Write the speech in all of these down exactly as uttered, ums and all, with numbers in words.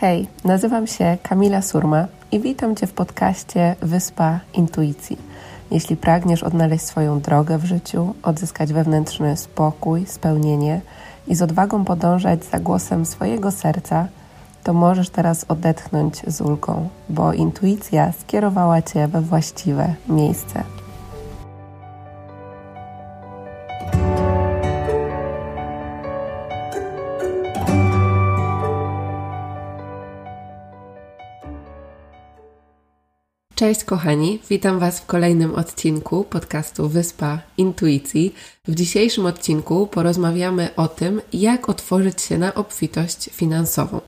Hej, nazywam się Kamila Surma i witam Cię w podcaście Wyspa Intuicji. Jeśli pragniesz odnaleźć swoją drogę w życiu, odzyskać wewnętrzny spokój, spełnienie i z odwagą podążać za głosem swojego serca, to możesz teraz odetchnąć z ulgą, bo intuicja skierowała Cię we właściwe miejsce. Cześć kochani, witam Was w kolejnym odcinku podcastu Wyspa Intuicji. W dzisiejszym odcinku porozmawiamy o tym, jak otworzyć się na obfitość finansową.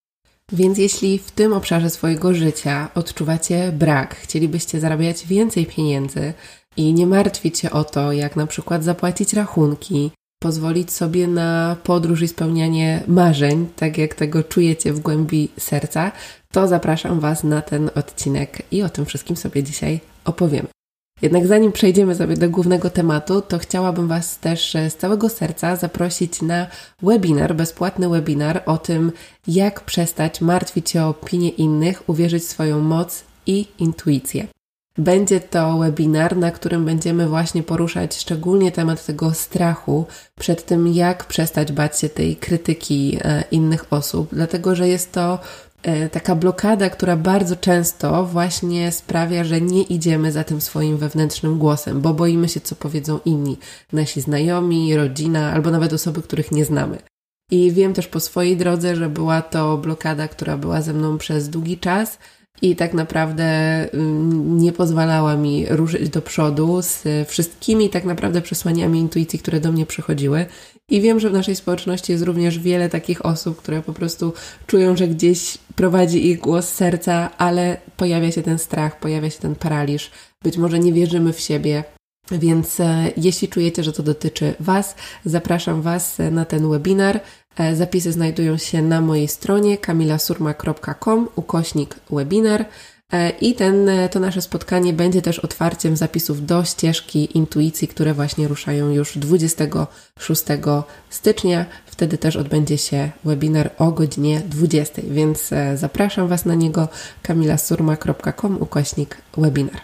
Więc jeśli w tym obszarze swojego życia odczuwacie brak, chcielibyście zarabiać więcej pieniędzy i nie martwić się o to, jak na przykład zapłacić rachunki, pozwolić sobie na podróż i spełnianie marzeń, tak jak tego czujecie w głębi serca, to zapraszam Was na ten odcinek i o tym wszystkim sobie dzisiaj opowiemy. Jednak zanim przejdziemy sobie do głównego tematu, to chciałabym Was też z całego serca zaprosić na webinar, bezpłatny webinar o tym, jak przestać martwić się o opinię innych, uwierzyć w swoją moc i intuicję. Będzie to webinar, na którym będziemy właśnie poruszać szczególnie temat tego strachu przed tym, jak przestać bać się tej krytyki e, innych osób, dlatego że jest to e, taka blokada, która bardzo często właśnie sprawia, że nie idziemy za tym swoim wewnętrznym głosem, bo boimy się, co powiedzą inni, nasi znajomi, rodzina albo nawet osoby, których nie znamy. I wiem też po swojej drodze, że była to blokada, która była ze mną przez długi czas, i tak naprawdę nie pozwalała mi ruszyć do przodu z wszystkimi tak naprawdę przesłaniami intuicji, które do mnie przychodziły. I wiem, że w naszej społeczności jest również wiele takich osób, które po prostu czują, że gdzieś prowadzi ich głos serca, ale pojawia się ten strach, pojawia się ten paraliż. Być może nie wierzymy w siebie. Więc e, jeśli czujecie, że to dotyczy Was, zapraszam Was na ten webinar. E, zapisy znajdują się na mojej stronie kamilasurma kropka com ukośnik webinar e, i ten, to nasze spotkanie będzie też otwarciem zapisów do ścieżki intuicji, które właśnie ruszają już dwudziestego szóstego stycznia. Wtedy też odbędzie się webinar o godzinie dwudziestej, więc e, zapraszam Was na niego kamilasurma kropka com ukośnik webinar.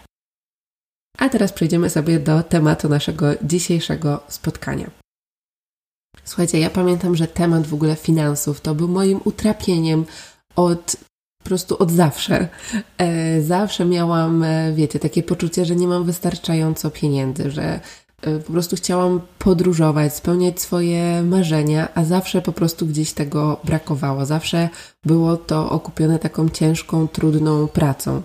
A teraz przejdziemy sobie do tematu naszego dzisiejszego spotkania. Słuchajcie, ja pamiętam, że temat w ogóle finansów to był moim utrapieniem od po prostu od zawsze. E, zawsze miałam, e, wiecie, takie poczucie, że nie mam wystarczająco pieniędzy, że e, po prostu chciałam podróżować, spełniać swoje marzenia, a zawsze po prostu gdzieś tego brakowało. Zawsze było to okupione taką ciężką, trudną pracą.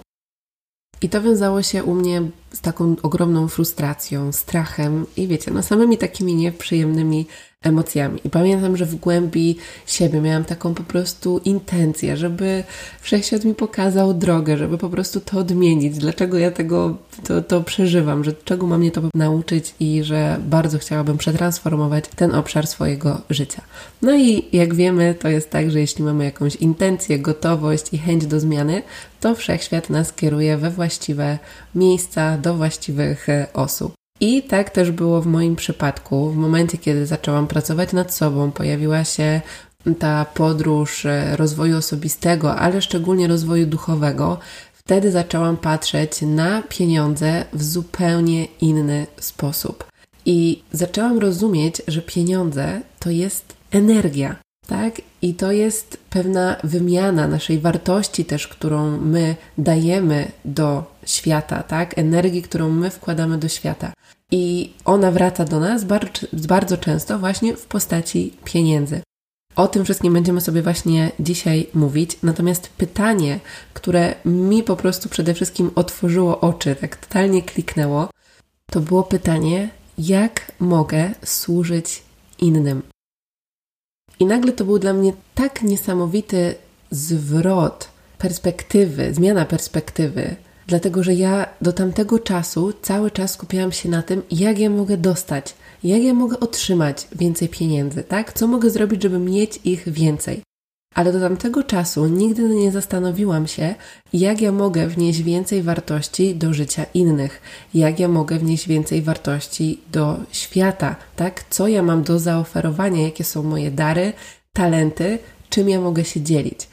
I to wiązało się u mnie z taką ogromną frustracją, strachem i wiecie, no samymi takimi nieprzyjemnymi emocjami. I pamiętam, że w głębi siebie miałam taką po prostu intencję, żeby Wszechświat mi pokazał drogę, żeby po prostu to odmienić, dlaczego ja tego to, to przeżywam, że czego ma mnie to nauczyć i że bardzo chciałabym przetransformować ten obszar swojego życia. No i jak wiemy, to jest tak, że jeśli mamy jakąś intencję, gotowość i chęć do zmiany, to Wszechświat nas kieruje we właściwe miejsca, do właściwych osób. I tak też było w moim przypadku. W momencie, kiedy zaczęłam pracować nad sobą, pojawiła się ta podróż rozwoju osobistego, ale szczególnie rozwoju duchowego. Wtedy zaczęłam patrzeć na pieniądze w zupełnie inny sposób. I zaczęłam rozumieć, że pieniądze to jest energia, tak? I to jest pewna wymiana naszej wartości też, którą my dajemy do świata, tak? Energii, którą my wkładamy do świata. I ona wraca do nas bardzo, bardzo często właśnie w postaci pieniędzy. O tym wszystkim będziemy sobie właśnie dzisiaj mówić. Natomiast pytanie, które mi po prostu przede wszystkim otworzyło oczy, tak totalnie kliknęło, to było pytanie, jak mogę służyć innym? I nagle to był dla mnie tak niesamowity zwrot perspektywy, zmiana perspektywy, dlatego że ja do tamtego czasu cały czas skupiałam się na tym, jak ja mogę dostać, jak ja mogę otrzymać więcej pieniędzy, tak? Co mogę zrobić, żeby mieć ich więcej? Ale do tamtego czasu nigdy nie zastanowiłam się, jak ja mogę wnieść więcej wartości do życia innych, jak ja mogę wnieść więcej wartości do świata, tak? Co ja mam do zaoferowania, jakie są moje dary, talenty, czym ja mogę się dzielić.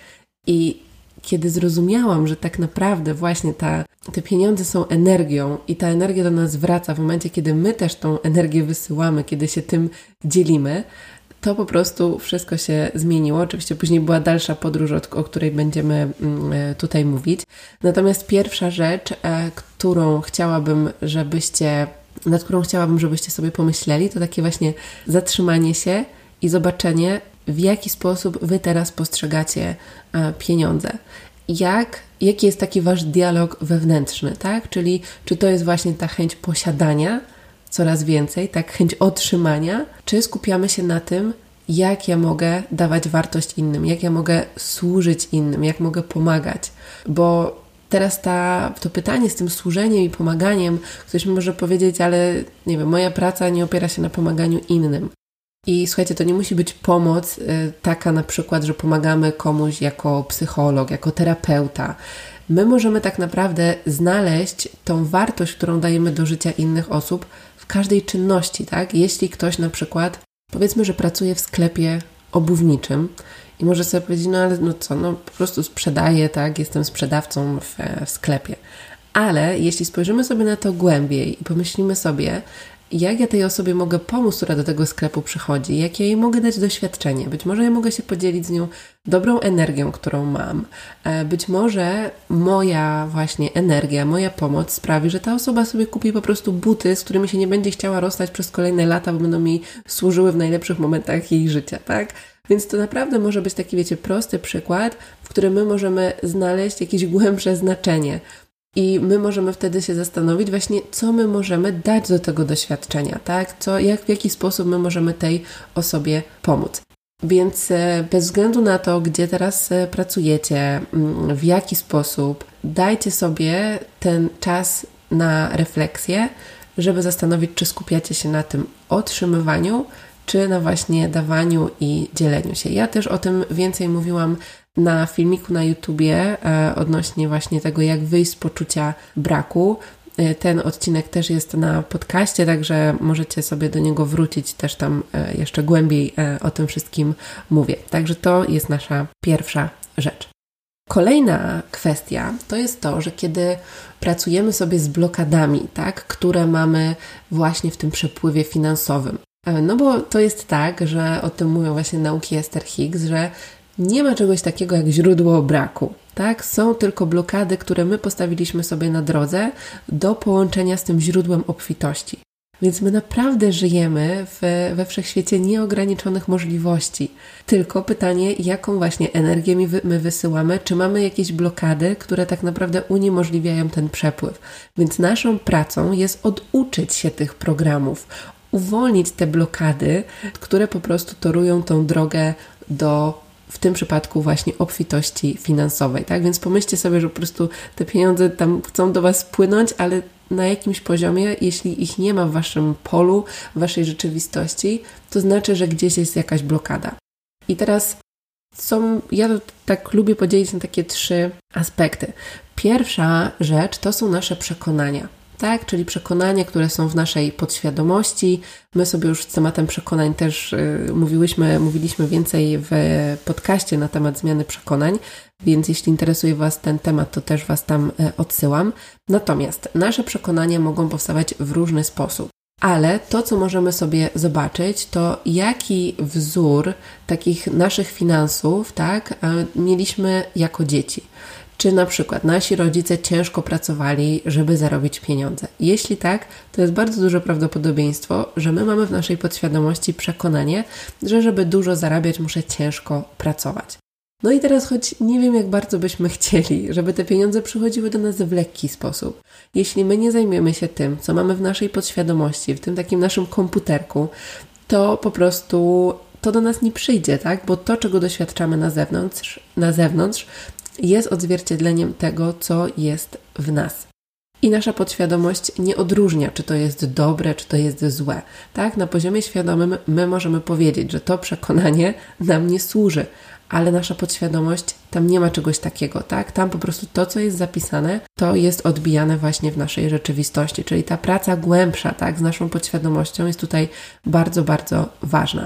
I kiedy zrozumiałam, że tak naprawdę właśnie ta, te pieniądze są energią i ta energia do nas wraca w momencie, kiedy my też tą energię wysyłamy, kiedy się tym dzielimy, to po prostu wszystko się zmieniło. Oczywiście później była dalsza podróż, o której będziemy tutaj mówić. Natomiast pierwsza rzecz, którą chciałabym, żebyście, nad którą chciałabym, żebyście sobie pomyśleli, to takie właśnie zatrzymanie się i zobaczenie, w jaki sposób Wy teraz postrzegacie pieniądze. Jak, jaki jest taki Wasz dialog wewnętrzny, tak? Czyli czy to jest właśnie ta chęć posiadania coraz więcej, tak? Chęć otrzymania, czy skupiamy się na tym, jak ja mogę dawać wartość innym, jak ja mogę służyć innym, jak mogę pomagać, bo teraz ta, to pytanie z tym służeniem i pomaganiem, ktoś mi może powiedzieć, ale nie wiem, moja praca nie opiera się na pomaganiu innym. I słuchajcie, to nie musi być pomoc y, taka na przykład, że pomagamy komuś jako psycholog, jako terapeuta. My możemy tak naprawdę znaleźć tą wartość, którą dajemy do życia innych osób w każdej czynności, tak? Jeśli ktoś na przykład, powiedzmy, że pracuje w sklepie obuwniczym i może sobie powiedzieć, no ale no co, no po prostu sprzedaję, tak? Jestem sprzedawcą w, w sklepie. Ale jeśli spojrzymy sobie na to głębiej i pomyślimy sobie, jak ja tej osobie mogę pomóc, która do tego sklepu przychodzi, jak ja jej mogę dać doświadczenie. Być może ja mogę się podzielić z nią dobrą energią, którą mam. Być może moja właśnie energia, moja pomoc sprawi, że ta osoba sobie kupi po prostu buty, z którymi się nie będzie chciała rozstać przez kolejne lata, bo będą mi służyły w najlepszych momentach jej życia, tak? Więc to naprawdę może być taki, wiecie, prosty przykład, w którym my możemy znaleźć jakieś głębsze znaczenie. I my możemy wtedy się zastanowić właśnie, co my możemy dać do tego doświadczenia, tak? Co, jak, w jaki sposób my możemy tej osobie pomóc. Więc bez względu na to, gdzie teraz pracujecie, w jaki sposób, dajcie sobie ten czas na refleksję, żeby zastanowić, czy skupiacie się na tym otrzymywaniu, czy na właśnie dawaniu i dzieleniu się. Ja też o tym więcej mówiłam na filmiku na YouTubie e, odnośnie właśnie tego, jak wyjść z poczucia braku. E, ten odcinek też jest na podcaście, także możecie sobie do niego wrócić, też tam e, jeszcze głębiej e, o tym wszystkim mówię. Także to jest nasza pierwsza rzecz. Kolejna kwestia to jest to, że kiedy pracujemy sobie z blokadami, tak, które mamy właśnie w tym przepływie finansowym. E, no bo to jest tak, że o tym mówią właśnie nauki Esther Hicks, że nie ma czegoś takiego jak źródło braku, tak? Są tylko blokady, które my postawiliśmy sobie na drodze do połączenia z tym źródłem obfitości. Więc my naprawdę żyjemy w, we wszechświecie nieograniczonych możliwości. Tylko pytanie, jaką właśnie energię my, my wysyłamy, czy mamy jakieś blokady, które tak naprawdę uniemożliwiają ten przepływ. Więc naszą pracą jest oduczyć się tych programów, uwolnić te blokady, które po prostu torują tą drogę do, w tym przypadku właśnie obfitości finansowej, tak? Więc pomyślcie sobie, że po prostu te pieniądze tam chcą do Was płynąć, ale na jakimś poziomie, jeśli ich nie ma w Waszym polu, w Waszej rzeczywistości, to znaczy, że gdzieś jest jakaś blokada. I teraz są, ja to tak lubię podzielić na takie trzy aspekty. Pierwsza rzecz to są nasze przekonania. Tak, czyli przekonania, które są w naszej podświadomości. My sobie już z tematem przekonań też y, mówiłyśmy, mówiliśmy więcej w podcaście na temat zmiany przekonań, więc jeśli interesuje Was ten temat, to też Was tam y, odsyłam. Natomiast nasze przekonania mogą powstawać w różny sposób. Ale to, co możemy sobie zobaczyć, to jaki wzór takich naszych finansów, tak, y, mieliśmy jako dzieci. Czy na przykład nasi rodzice ciężko pracowali, żeby zarobić pieniądze? Jeśli tak, to jest bardzo duże prawdopodobieństwo, że my mamy w naszej podświadomości przekonanie, że żeby dużo zarabiać, muszę ciężko pracować. No i teraz, choć nie wiem, jak bardzo byśmy chcieli, żeby te pieniądze przychodziły do nas w lekki sposób, jeśli my nie zajmiemy się tym, co mamy w naszej podświadomości, w tym takim naszym komputerku, to po prostu to do nas nie przyjdzie, tak? Bo to, czego doświadczamy na zewnątrz, na zewnątrz, jest odzwierciedleniem tego, co jest w nas. I nasza podświadomość nie odróżnia, czy to jest dobre, czy to jest złe. Tak? Na poziomie świadomym my możemy powiedzieć, że to przekonanie nam nie służy, ale nasza podświadomość, tam nie ma czegoś takiego, tak? Tam po prostu to, co jest zapisane, to jest odbijane właśnie w naszej rzeczywistości, czyli ta praca głębsza, tak, z naszą podświadomością jest tutaj bardzo, bardzo ważna.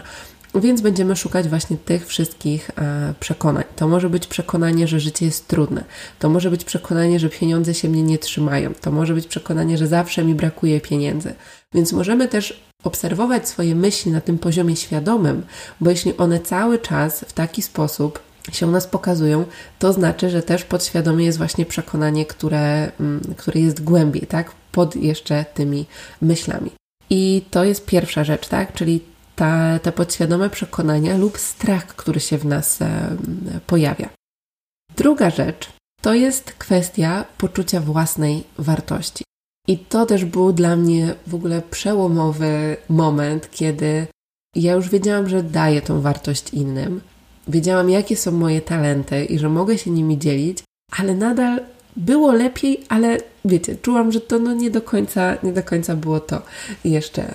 Więc będziemy szukać właśnie tych wszystkich e, przekonań. To może być przekonanie, że życie jest trudne. To może być przekonanie, że pieniądze się mnie nie trzymają. To może być przekonanie, że zawsze mi brakuje pieniędzy. Więc możemy też obserwować swoje myśli na tym poziomie świadomym, bo jeśli one cały czas w taki sposób się u nas pokazują, to znaczy, że też podświadomie jest właśnie przekonanie, które, które jest głębiej, tak? Pod jeszcze tymi myślami. I to jest pierwsza rzecz, tak? Czyli ta, te podświadome przekonania lub strach, który się w nas e, pojawia. Druga rzecz to jest kwestia poczucia własnej wartości. I to też był dla mnie w ogóle przełomowy moment, kiedy ja już wiedziałam, że daję tą wartość innym. Wiedziałam, jakie są moje talenty i że mogę się nimi dzielić, ale nadal było lepiej, ale wiecie, czułam, że to no nie do końca, nie do końca było to jeszcze.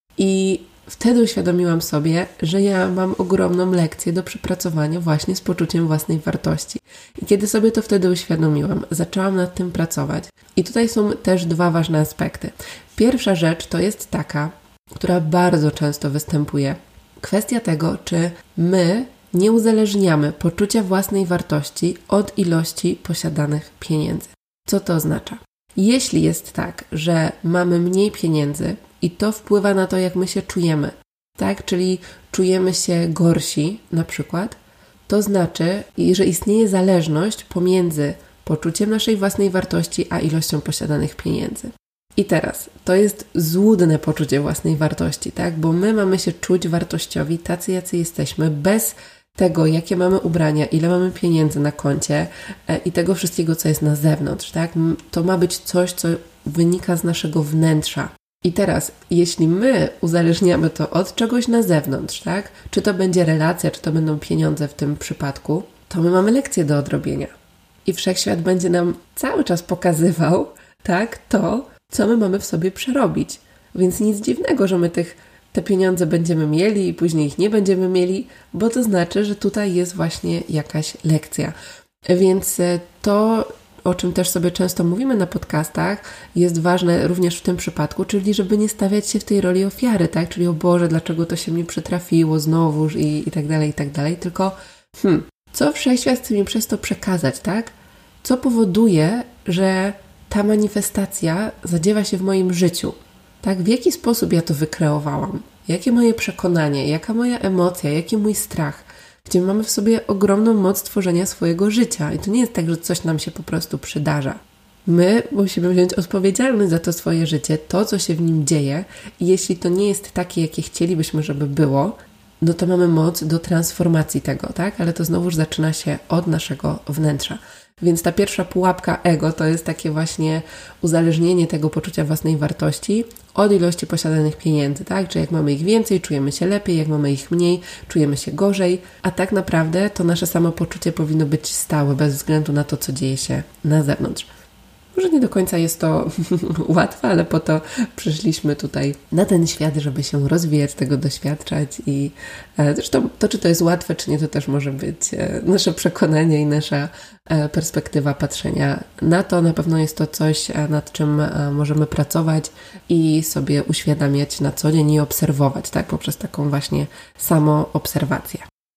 I wtedy uświadomiłam sobie, że ja mam ogromną lekcję do przepracowania właśnie z poczuciem własnej wartości. I kiedy sobie to wtedy uświadomiłam, zaczęłam nad tym pracować. I tutaj są też dwa ważne aspekty. Pierwsza rzecz to jest taka, która bardzo często występuje. Kwestia tego, czy my nie uzależniamy poczucia własnej wartości od ilości posiadanych pieniędzy. Co to oznacza? Jeśli jest tak, że mamy mniej pieniędzy i to wpływa na to, jak my się czujemy, tak? Czyli czujemy się gorsi na przykład, to znaczy, że istnieje zależność pomiędzy poczuciem naszej własnej wartości a ilością posiadanych pieniędzy. I teraz, to jest złudne poczucie własnej wartości, tak? Bo my mamy się czuć wartościowi tacy, jacy jesteśmy, bez tego, jakie mamy ubrania, ile mamy pieniędzy na koncie e, i tego wszystkiego, co jest na zewnątrz, tak? To ma być coś, co wynika z naszego wnętrza. I teraz, jeśli my uzależniamy to od czegoś na zewnątrz, tak? Czy to będzie relacja, czy to będą pieniądze w tym przypadku, to my mamy lekcję do odrobienia. I wszechświat będzie nam cały czas pokazywał, tak? To, co my mamy w sobie przerobić. Więc nic dziwnego, że my tych te pieniądze będziemy mieli i później ich nie będziemy mieli, bo to znaczy, że tutaj jest właśnie jakaś lekcja. Więc to, o czym też sobie często mówimy na podcastach, jest ważne również w tym przypadku, czyli żeby nie stawiać się w tej roli ofiary, tak? Czyli o Boże, dlaczego to się mi przytrafiło znowuż i, i tak dalej, i tak dalej. Tylko hmm, co wszechświat chce mi przez to przekazać, tak? Co powoduje, że ta manifestacja zadziewa się w moim życiu? Tak, w jaki sposób ja to wykreowałam? Jakie moje przekonanie, jaka moja emocja, jaki mój strach? Gdzie mamy w sobie ogromną moc tworzenia swojego życia. I to nie jest tak, że coś nam się po prostu przydarza. My musimy wziąć odpowiedzialność za to swoje życie, to, co się w nim dzieje. I jeśli to nie jest takie, jakie chcielibyśmy, żeby było, no to mamy moc do transformacji tego, tak? Ale to znowuż zaczyna się od naszego wnętrza. Więc ta pierwsza pułapka ego to jest takie właśnie uzależnienie tego poczucia własnej wartości od ilości posiadanych pieniędzy, tak? Czyli jak mamy ich więcej, czujemy się lepiej, jak mamy ich mniej, czujemy się gorzej, a tak naprawdę to nasze samopoczucie powinno być stałe, bez względu na to, co dzieje się na zewnątrz. Może nie do końca jest to łatwe, ale po to przyszliśmy tutaj na ten świat, żeby się rozwijać, tego doświadczać i e, zresztą to, czy to jest łatwe, czy nie, to też może być e, nasze przekonanie i nasza e, perspektywa patrzenia na to. Na pewno jest to coś, e, nad czym e, możemy pracować i sobie uświadamiać na co dzień i obserwować, tak, poprzez taką właśnie samoobserwację.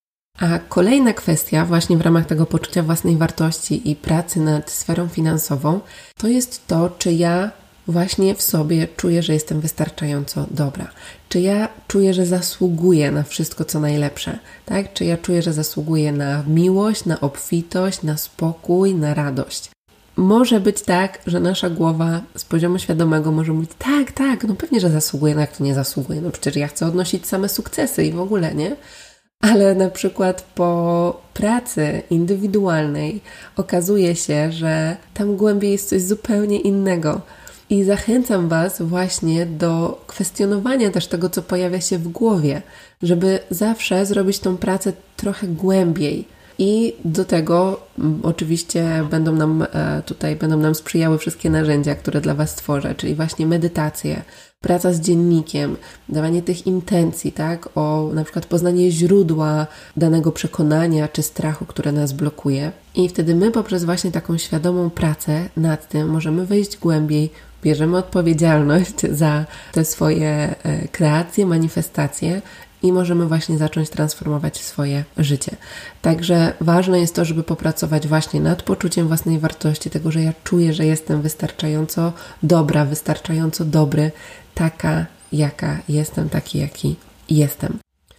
A kolejna kwestia właśnie w ramach tego poczucia własnej wartości i pracy nad sferą finansową, to jest to, czy ja właśnie w sobie czuję, że jestem wystarczająco dobra. Czy ja czuję, że zasługuję na wszystko, co najlepsze, tak? Czy ja czuję, że zasługuję na miłość, na obfitość, na spokój, na radość. Może być tak, że nasza głowa z poziomu świadomego może mówić, tak, tak, no pewnie, że zasługuję, no jak to nie zasługuję, no przecież ja chcę odnosić same sukcesy i w ogóle, nie? Ale na przykład po pracy indywidualnej okazuje się, że tam głębiej jest coś zupełnie innego. I zachęcam Was właśnie do kwestionowania też tego, co pojawia się w głowie, żeby zawsze zrobić tą pracę trochę głębiej. I do tego m, oczywiście będą nam e, tutaj będą nam sprzyjały wszystkie narzędzia, które dla Was tworzę, czyli właśnie medytacje, praca z dziennikiem, dawanie tych intencji, tak, o na przykład poznanie źródła danego przekonania czy strachu, które nas blokuje. I wtedy my poprzez właśnie taką świadomą pracę nad tym możemy wejść głębiej, bierzemy odpowiedzialność za te swoje e, kreacje, manifestacje i możemy właśnie zacząć transformować swoje życie. Także ważne jest to, żeby popracować właśnie nad poczuciem własnej wartości, tego, że ja czuję, że jestem wystarczająco dobra, wystarczająco dobry, taka, jaka jestem, taki, jaki jestem.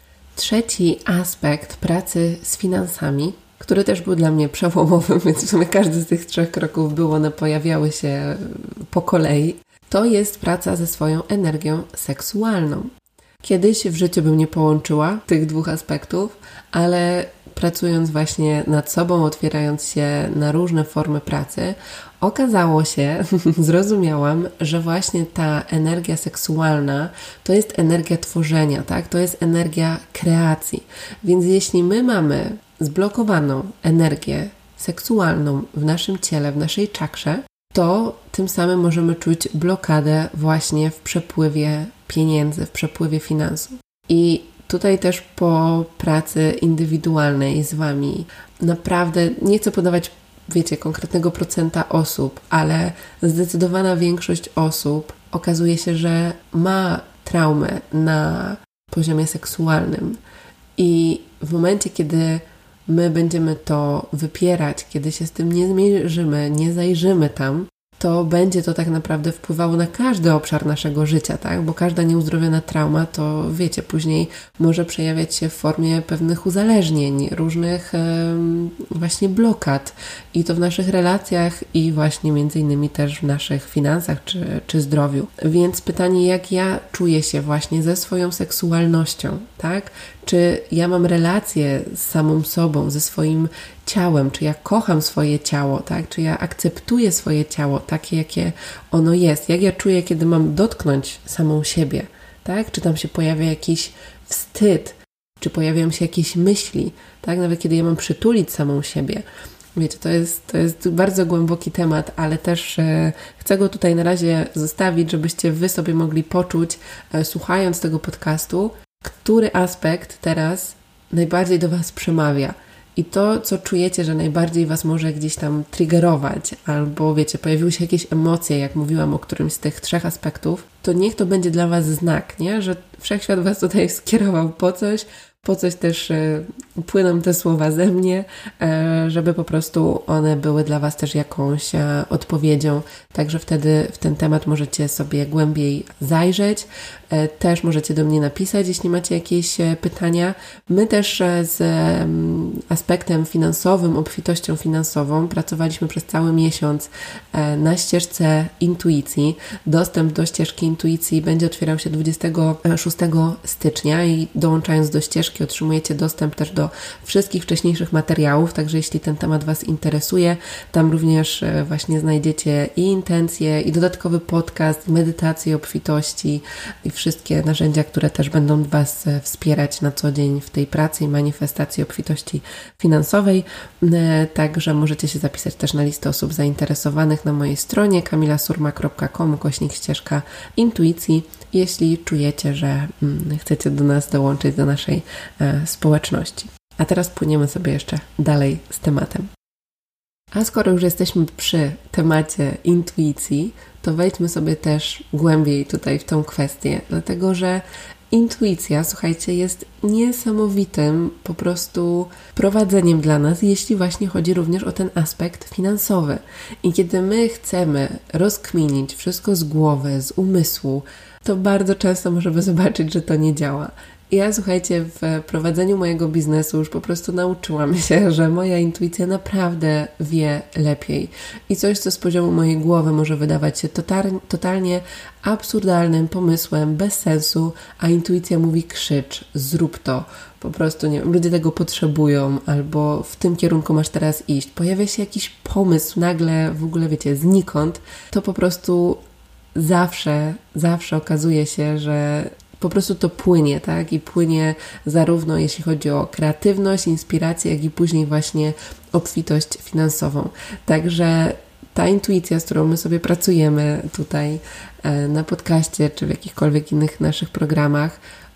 Trzeci aspekt pracy z finansami, który też był dla mnie przełomowy, więc w sumie każdy z tych trzech kroków był, one pojawiały się po kolei, to jest praca ze swoją energią seksualną. Kiedyś w życiu bym nie połączyła tych dwóch aspektów, ale pracując właśnie nad sobą, otwierając się na różne formy pracy, okazało się, zrozumiałam, że właśnie ta energia seksualna to jest energia tworzenia, tak? To jest energia kreacji. Więc jeśli my mamy zblokowaną energię seksualną w naszym ciele, w naszej czakrze, to tym samym możemy czuć blokadę właśnie w przepływie pieniędzy, w przepływie finansów. I tutaj też po pracy indywidualnej z Wami naprawdę nie chcę podawać, wiecie, konkretnego procenta osób, ale zdecydowana większość osób okazuje się, że ma traumę na poziomie seksualnym i w momencie, kiedy my będziemy to wypierać, kiedy się z tym nie zmierzymy, nie zajrzymy tam, to będzie to tak naprawdę wpływało na każdy obszar naszego życia, tak? Bo każda nieuzdrowiona trauma to, wiecie, później może przejawiać się w formie pewnych uzależnień, różnych um, właśnie blokad i to w naszych relacjach i właśnie między innymi też w naszych finansach czy, czy zdrowiu. Więc pytanie, jak ja czuję się właśnie ze swoją seksualnością, tak? Czy ja mam relację z samą sobą, ze swoim ciałem, czy ja kocham swoje ciało, tak? Czy ja akceptuję swoje ciało takie, jakie ono jest? Jak ja czuję, kiedy mam dotknąć samą siebie, tak? Czy tam się pojawia jakiś wstyd, czy pojawiają się jakieś myśli, tak? Nawet kiedy ja mam przytulić samą siebie. Wiecie, to jest, to jest bardzo głęboki temat, ale też e, chcę go tutaj na razie zostawić, żebyście Wy sobie mogli poczuć, e, słuchając tego podcastu, który aspekt teraz najbardziej do Was przemawia. I to, co czujecie, że najbardziej Was może gdzieś tam triggerować, albo wiecie, pojawiły się jakieś emocje, jak mówiłam o którymś z tych trzech aspektów, to niech to będzie dla Was znak, nie? Że Wszechświat Was tutaj skierował po coś, po coś też e, płyną te słowa ze mnie, e, żeby po prostu one były dla Was też jakąś e, odpowiedzią, także wtedy w ten temat możecie sobie głębiej zajrzeć, e, też możecie do mnie napisać, jeśli macie jakieś e, pytania. My też e, z e, aspektem finansowym, obfitością finansową pracowaliśmy przez cały miesiąc e, na ścieżce intuicji. Dostęp do ścieżki intuicji będzie otwierał się dwudziestego szóstego stycznia i dołączając do ścieżki otrzymujecie dostęp też do wszystkich wcześniejszych materiałów, także jeśli ten temat Was interesuje, tam również właśnie znajdziecie i intencje, i dodatkowy podcast, medytację obfitości i wszystkie narzędzia, które też będą Was wspierać na co dzień w tej pracy i manifestacji obfitości finansowej. Także możecie się zapisać też na listę osób zainteresowanych na mojej stronie kamilasurma kropka com ukośnik ścieżka intuicji, jeśli czujecie, że chcecie do nas dołączyć, do naszej e, społeczności. A teraz płyniemy sobie jeszcze dalej z tematem. A skoro już jesteśmy przy temacie intuicji, to wejdźmy sobie też głębiej tutaj w tą kwestię, dlatego że intuicja, słuchajcie, jest niesamowitym po prostu prowadzeniem dla nas, jeśli właśnie chodzi również o ten aspekt finansowy. I kiedy my chcemy rozkminić wszystko z głowy, z umysłu, to bardzo często możemy zobaczyć, że to nie działa. Ja, słuchajcie, w prowadzeniu mojego biznesu już po prostu nauczyłam się, że moja intuicja naprawdę wie lepiej. I coś, co z poziomu mojej głowy może wydawać się total, totalnie absurdalnym pomysłem, bez sensu, a intuicja mówi krzycz, zrób to. Po prostu, nie wiem, ludzie tego potrzebują, albo w tym kierunku masz teraz iść. Pojawia się jakiś pomysł nagle, w ogóle wiecie, znikąd, to po prostu zawsze, zawsze okazuje się, że po prostu to płynie, tak? I płynie zarówno jeśli chodzi o kreatywność, inspirację, jak i później właśnie obfitość finansową. Także ta intuicja, z którą my sobie pracujemy tutaj na podcaście, czy w jakichkolwiek innych naszych programach,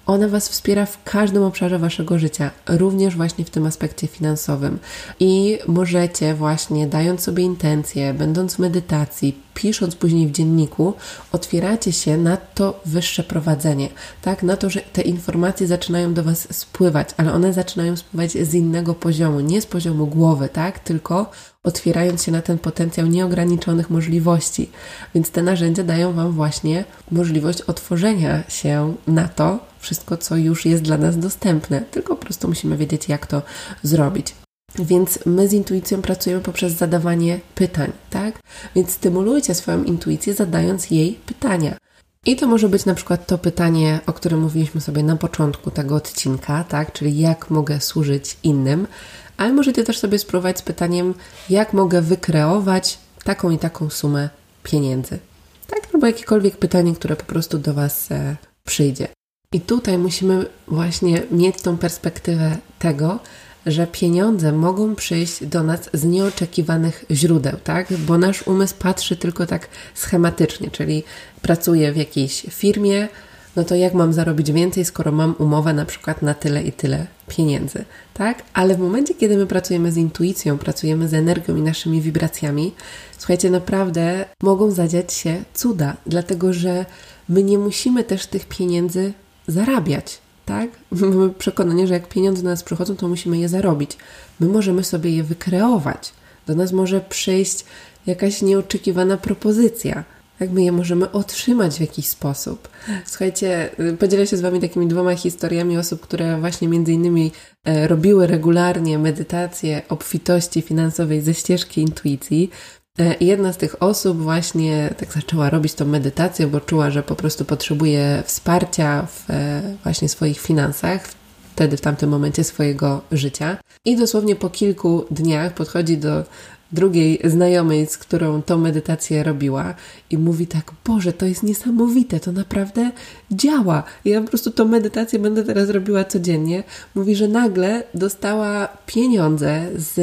ona Was wspiera w każdym obszarze Waszego życia, również właśnie w tym aspekcie finansowym. I możecie właśnie, dając sobie intencje, będąc w medytacji, pisząc później w dzienniku, otwieracie się na to wyższe prowadzenie, tak? Na to, że te informacje zaczynają do Was spływać, ale one zaczynają spływać z innego poziomu, nie z poziomu głowy, tak? Tylko otwierając się na ten potencjał nieograniczonych możliwości. Więc te narzędzia dają Wam właśnie możliwość otworzenia się na to wszystko, co już jest dla nas dostępne, tylko po prostu musimy wiedzieć, jak to zrobić. Więc my z intuicją pracujemy poprzez zadawanie pytań, tak? Więc stymulujcie swoją intuicję, zadając jej pytania. I to może być na przykład to pytanie, o którym mówiliśmy sobie na początku tego odcinka, tak? Czyli jak mogę służyć innym, ale możecie też sobie spróbować z pytaniem, jak mogę wykreować taką i taką sumę pieniędzy, tak? Albo jakiekolwiek pytanie, które po prostu do Was e, przyjdzie. I tutaj musimy właśnie mieć tą perspektywę tego, że pieniądze mogą przyjść do nas z nieoczekiwanych źródeł, tak? Bo nasz umysł patrzy tylko tak schematycznie, czyli pracuję w jakiejś firmie, no to jak mam zarobić więcej, skoro mam umowę na przykład na tyle i tyle pieniędzy, tak? Ale w momencie, kiedy my pracujemy z intuicją, pracujemy z energią i naszymi wibracjami, słuchajcie, naprawdę mogą zadziać się cuda, dlatego że my nie musimy też tych pieniędzy zarabiać, tak? Mamy przekonanie, że jak pieniądze do nas przychodzą, to musimy je zarobić. My możemy sobie je wykreować. Do nas może przyjść jakaś nieoczekiwana propozycja. Jak my je możemy otrzymać w jakiś sposób. Słuchajcie, podzielę się z Wami takimi dwoma historiami osób, które właśnie między innymi e, robiły regularnie medytację obfitości finansowej ze ścieżki intuicji. I jedna z tych osób właśnie tak zaczęła robić tą medytację, bo czuła, że po prostu potrzebuje wsparcia w właśnie swoich finansach, wtedy w tamtym momencie swojego życia. I dosłownie po kilku dniach podchodzi do drugiej znajomej, z którą tą medytację robiła i mówi tak, Boże, to jest niesamowite, to naprawdę działa. I ja po prostu tą medytację będę teraz robiła codziennie. Mówi, że nagle dostała pieniądze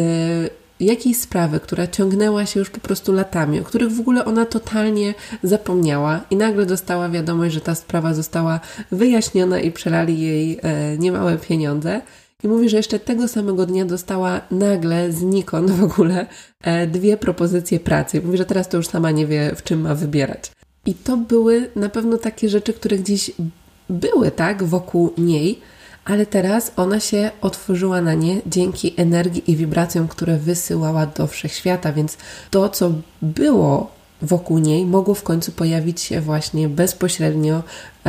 z jakiejś sprawy, która ciągnęła się już po prostu latami, o których w ogóle ona totalnie zapomniała i nagle dostała wiadomość, że ta sprawa została wyjaśniona i przelali jej e, niemałe pieniądze. I mówi, że jeszcze tego samego dnia dostała nagle znikąd w ogóle e, dwie propozycje pracy. Mówi, że teraz to już sama nie wie, w czym ma wybierać. I to były na pewno takie rzeczy, które gdzieś były, tak, wokół niej, ale teraz ona się otworzyła na nie dzięki energii i wibracjom, które wysyłała do wszechświata, więc to, co było wokół niej, mogło w końcu pojawić się właśnie bezpośrednio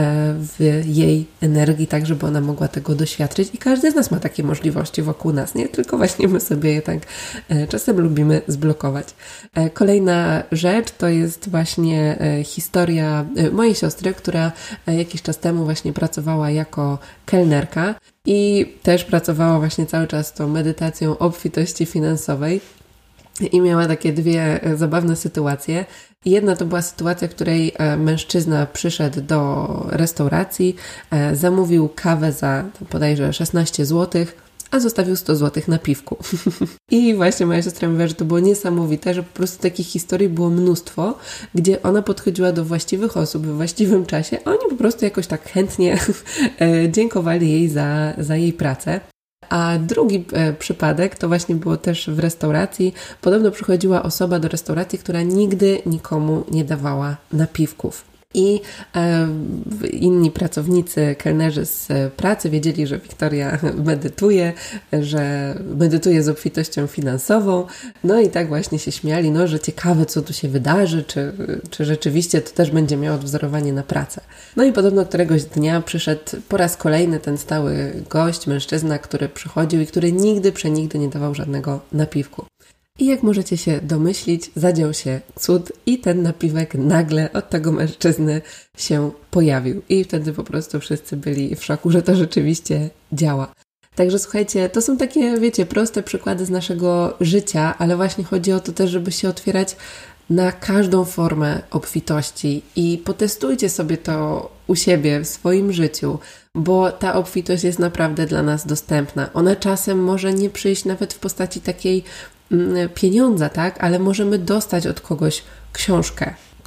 w jej energii, tak żeby ona mogła tego doświadczyć i każdy z nas ma takie możliwości wokół nas, nie? Tylko właśnie my sobie je tak czasem lubimy zblokować. Kolejna rzecz to jest właśnie historia mojej siostry, która jakiś czas temu właśnie pracowała jako kelnerka i też pracowała właśnie cały czas z tą medytacją obfitości finansowej. I miała takie dwie zabawne sytuacje. Jedna to była sytuacja, w której mężczyzna przyszedł do restauracji, zamówił kawę za bodajże szesnaście złotych, a zostawił sto złotych na piwku. I właśnie moja siostra mówiła, że to było niesamowite, że po prostu takich historii było mnóstwo, gdzie ona podchodziła do właściwych osób w właściwym czasie, a oni po prostu jakoś tak chętnie dziękowali jej za, za jej pracę. A drugi e, przypadek to właśnie było też w restauracji. Podobno przychodziła osoba do restauracji, która nigdy nikomu nie dawała napiwków. I e, inni pracownicy, kelnerzy z pracy wiedzieli, że Wiktoria medytuje, że medytuje z obfitością finansową. No i tak właśnie się śmiali, no, że ciekawe, co tu się wydarzy, czy, czy rzeczywiście to też będzie miało odwzorowanie na pracę. No i podobno któregoś dnia przyszedł po raz kolejny ten stały gość, mężczyzna, który przychodził i który nigdy, przenigdy nie dawał żadnego napiwku. I jak możecie się domyślić, zadział się cud i ten napiwek nagle od tego mężczyzny się pojawił. I wtedy po prostu wszyscy byli w szoku, że to rzeczywiście działa. Także słuchajcie, to są takie, wiecie, proste przykłady z naszego życia, ale właśnie chodzi o to też, żeby się otwierać na każdą formę obfitości i potestujcie sobie to u siebie, w swoim życiu, bo ta obfitość jest naprawdę dla nas dostępna. Ona czasem może nie przyjść nawet w postaci takiej pieniądza, tak? Ale możemy dostać od kogoś książkę,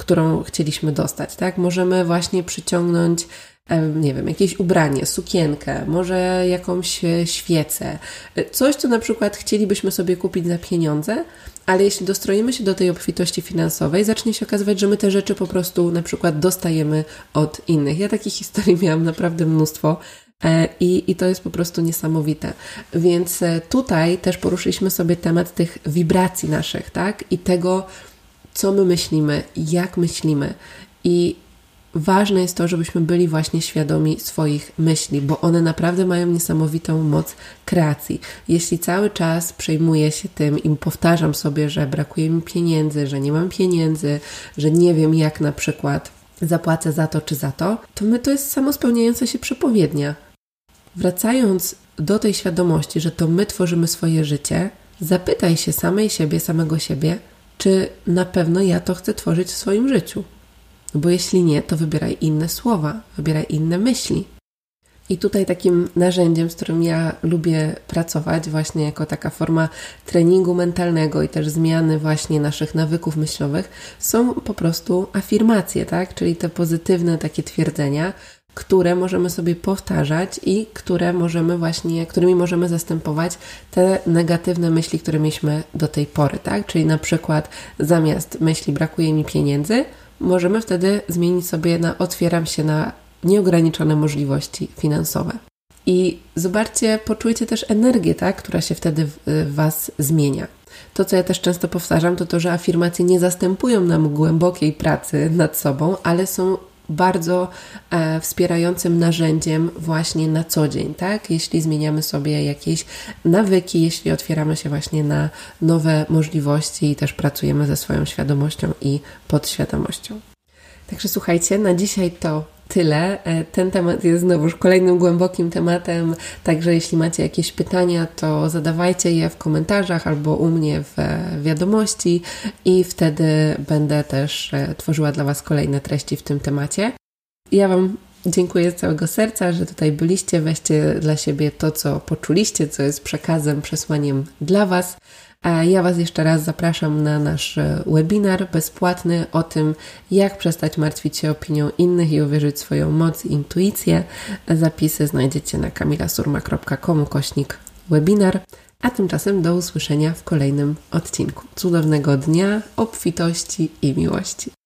którą chcieliśmy dostać, tak? Możemy właśnie przyciągnąć, nie wiem, jakieś ubranie, sukienkę, może jakąś świecę, coś, co na przykład chcielibyśmy sobie kupić za pieniądze, ale jeśli dostroimy się do tej obfitości finansowej, zacznie się okazywać, że my te rzeczy po prostu na przykład dostajemy od innych. Ja takich historii miałam naprawdę mnóstwo i, i to jest po prostu niesamowite. Więc tutaj też poruszyliśmy sobie temat tych wibracji naszych, tak? I tego, co my myślimy, jak myślimy. I ważne jest to, żebyśmy byli właśnie świadomi swoich myśli, bo one naprawdę mają niesamowitą moc kreacji. Jeśli cały czas przejmuję się tym i powtarzam sobie, że brakuje mi pieniędzy, że nie mam pieniędzy, że nie wiem jak na przykład zapłacę za to czy za to, to my to jest samospełniająca się przepowiednia. Wracając do tej świadomości, że to my tworzymy swoje życie, zapytaj się samej siebie, samego siebie, czy na pewno ja to chcę tworzyć w swoim życiu. Bo jeśli nie, to wybieraj inne słowa, wybieraj inne myśli. I tutaj takim narzędziem, z którym ja lubię pracować właśnie jako taka forma treningu mentalnego i też zmiany właśnie naszych nawyków myślowych, są po prostu afirmacje, tak? Czyli te pozytywne takie twierdzenia, które możemy sobie powtarzać i które możemy właśnie, którymi możemy zastępować te negatywne myśli, które mieliśmy do tej pory, tak? Czyli na przykład zamiast myśli brakuje mi pieniędzy, możemy wtedy zmienić sobie na otwieram się na nieograniczone możliwości finansowe. I zobaczcie, poczujcie też energię, tak, która się wtedy w Was zmienia. To, co ja też często powtarzam, to to, że afirmacje nie zastępują nam głębokiej pracy nad sobą, ale są bardzo e, wspierającym narzędziem właśnie na co dzień, tak? Jeśli zmieniamy sobie jakieś nawyki, jeśli otwieramy się właśnie na nowe możliwości i też pracujemy ze swoją świadomością i podświadomością. Także słuchajcie, na dzisiaj to tyle. Ten temat jest znowuż kolejnym głębokim tematem, także jeśli macie jakieś pytania, to zadawajcie je w komentarzach albo u mnie w wiadomości i wtedy będę też tworzyła dla Was kolejne treści w tym temacie. Ja Wam dziękuję z całego serca, że tutaj byliście. Weźcie dla siebie to, co poczuliście, co jest przekazem, przesłaniem dla Was. A ja Was jeszcze raz zapraszam na nasz webinar bezpłatny o tym, jak przestać martwić się opinią innych i uwierzyć w swoją moc i intuicję. Zapisy znajdziecie na kamilasurma kropka com ukośnik webinar. A tymczasem do usłyszenia w kolejnym odcinku. Cudownego dnia, obfitości i miłości.